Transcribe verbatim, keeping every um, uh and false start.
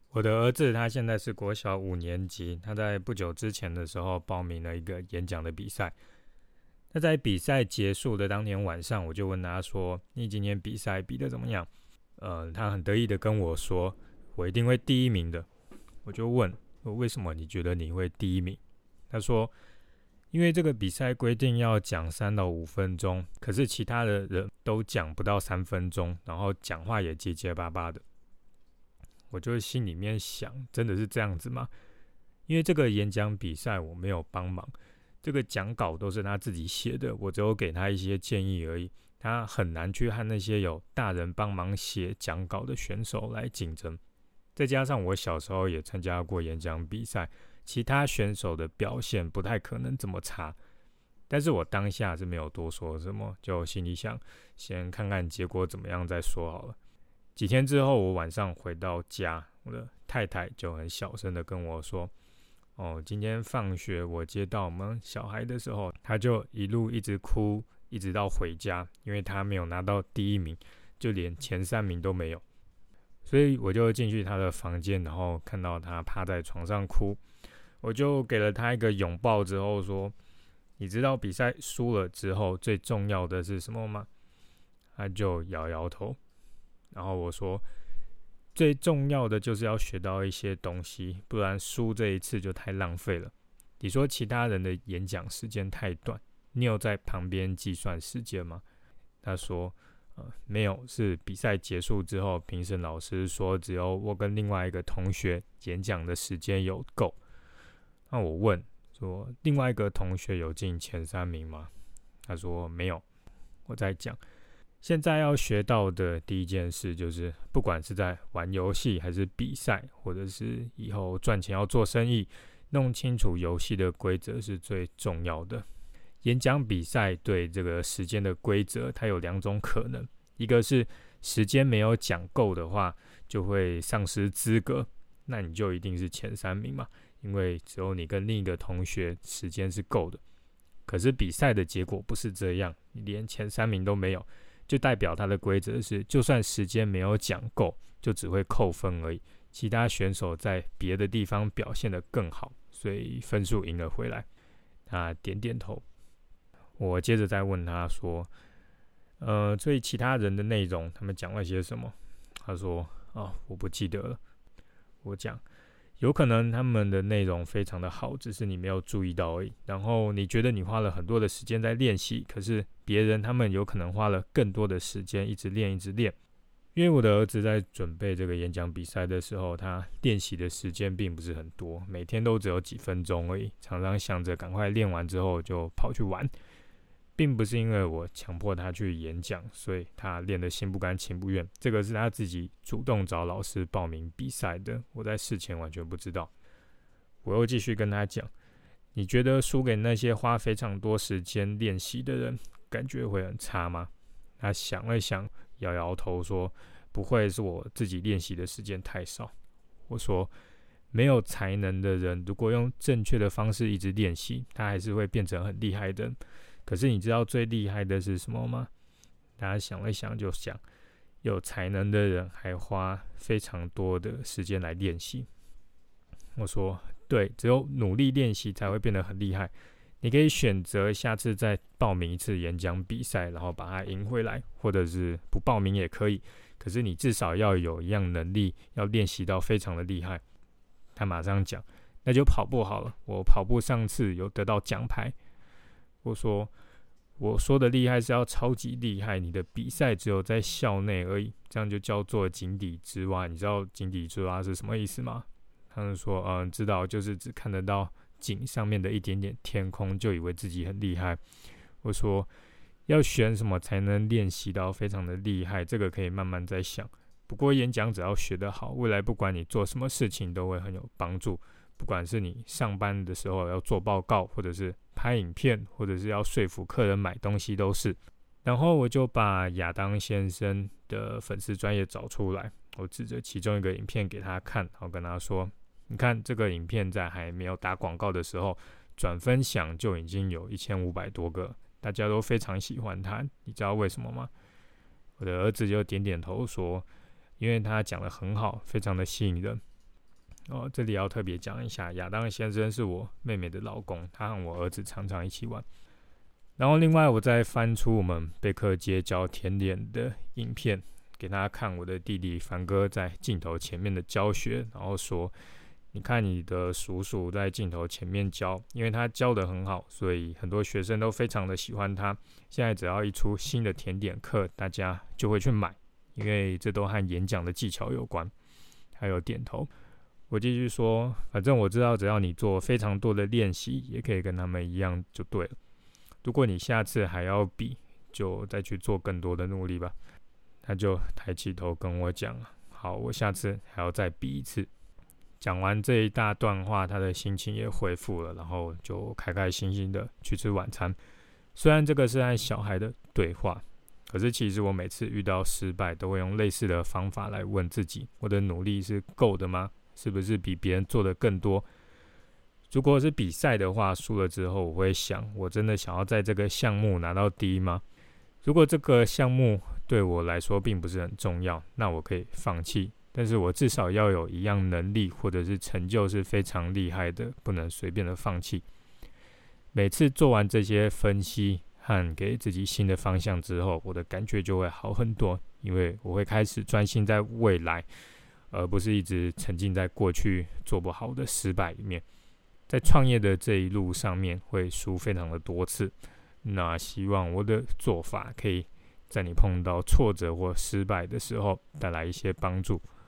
我的儿子他现在是国小五年级，他在不久之前的时候报名了一个演讲的比赛。那在比赛结束的当天晚上，我就问他说：“你今天比赛比得怎么样？”呃，他很得意的跟我说：“我一定会第一名的。”我就问：“为什么你觉得你会第一名？”他说：“因为这个比赛规定要讲三到五分钟，可是其他的人都讲不到三分钟，然后讲话也结结巴巴的。”我就心里面想，真的是这样子吗？因为这个演讲比赛我没有帮忙，这个讲稿都是他自己写的，我只有给他一些建议而已。他很难去和那些有大人帮忙写讲稿的选手来竞争。再加上我小时候也参加过演讲比赛，其他选手的表现不太可能这么差。但是我当下是没有多说什么，就心里想，先看看结果怎么样再说好了。几天之后，我晚上回到家，我的太太就很小声的跟我说：“哦，今天放学我接到我们小孩的时候，他就一路一直哭，一直到回家，因为他没有拿到第一名，就连前三名都没有。”所以我就进去他的房间，然后看到他趴在床上哭，我就给了他一个拥抱之后说：“你知道比赛输了之后最重要的是什么吗？”他就摇摇头。然后我说，最重要的就是要学到一些东西，不然输这一次就太浪费了。你说其他人的演讲时间太短，你有在旁边计算时间吗？他说，呃，没有，是比赛结束之后，评审老师说只有我跟另外一个同学演讲的时间有够。那我问说，另外一个同学有进前三名吗？他说没有。我在讲。现在要学到的第一件事就是，不管是在玩游戏还是比赛，或者是以后赚钱要做生意，弄清楚游戏的规则是最重要的。演讲比赛对这个时间的规则，它有两种可能，一个是时间没有讲够的话，就会丧失资格，那你就一定是前三名嘛，因为只有你跟另一个同学时间是够的。可是比赛的结果不是这样，你连前三名都没有。就代表他的规则是，就算时间没有讲够，就只会扣分而已。其他选手在别的地方表现得更好，所以分数赢了回来。他点点头。我接着再问他说：“呃，所以其他人的内容，他们讲了些什么？”他说：“哦，我不记得了。”我讲。有可能他们的内容非常的好，只是你没有注意到而已。然后你觉得你花了很多的时间在练习，可是别人他们有可能花了更多的时间一直练一直练。因为我的儿子在准备这个演讲比赛的时候，他练习的时间并不是很多，每天都只有几分钟而已，常常想着赶快练完之后就跑去玩。并不是因为我强迫他去演讲，所以他练得心不甘情不愿。这个是他自己主动找老师报名比赛的，我在事前完全不知道。我又继续跟他讲，你觉得输给那些花非常多时间练习的人，感觉会很差吗？他想了想，摇摇头说，不会，是我自己练习的时间太少。我说，没有才能的人，如果用正确的方式一直练习，他还是会变成很厉害的人。可是你知道最厉害的是什么吗？大家想了想就想，有才能的人还花非常多的时间来练习。我说，对，只有努力练习才会变得很厉害。你可以选择下次再报名一次演讲比赛，然后把它赢回来，或者是不报名也可以。可是你至少要有一样能力，要练习到非常的厉害。他马上讲，那就跑步好了。我跑步上次有得到奖牌。我说，我说的厉害是要超级厉害，你的比赛只有在校内而已，这样就叫做井底之蛙。你知道井底之蛙是什么意思吗？他们说，嗯，知道，就是只看得到井上面的一点点天空，就以为自己很厉害。我说，要选什么才能练习到非常的厉害，这个可以慢慢再想。不过演讲只要学得好，未来不管你做什么事情都会很有帮助。不管是你上班的时候要做报告，或者是拍影片，或者是要说服客人买东西都是。然后我就把亚当先生的粉丝专页找出来，我指着其中一个影片给他看，然后跟他说，你看这个影片在还没有打广告的时候，转分享就已经有一千五百多个，大家都非常喜欢他，你知道为什么吗？我的儿子就点点头说，因为他讲得很好，非常的吸引人。 哦，这里要特别讲一下，亚当先生是我妹妹的老公，他和我儿子常常一起玩。然后另外我再翻出我们贝克街教甜点的影片，给大家看我的弟弟凡哥在镜头前面的教学，然后说，你看你的叔叔在镜头前面教，因为他教得很好，所以很多学生都非常的喜欢他。现在只要一出新的甜点课，大家就会去买，因为这都和演讲的技巧有关。还有点头。我继续说，反正我知道，只要你做非常多的练习，也可以跟他们一样就对了。如果你下次还要比，就再去做更多的努力吧。他就抬起头跟我讲，好，我下次还要再比一次。讲完这一大段话，他的心情也恢复了，然后就开开心心的去吃晚餐。虽然这个是和小孩的对话，可是其实我每次遇到失败，都会用类似的方法来问自己，我的努力是够的吗？是不是比别人做的更多？如果是比赛的话，输了之后我会想，我真的想要在这个项目拿到第一吗？如果这个项目对我来说并不是很重要，那我可以放弃，但是我至少要有一样能力或者是成就是非常厉害的，不能随便的放弃。每次做完这些分析和给自己新的方向之后，我的感觉就会好很多，因为我会开始专心在未来，而不是一直沉浸在过去做不好的失败里面。在创业的这一路上面会输非常的多次，那希望我的做法可以在你碰到挫折或失败的时候带来一些帮助。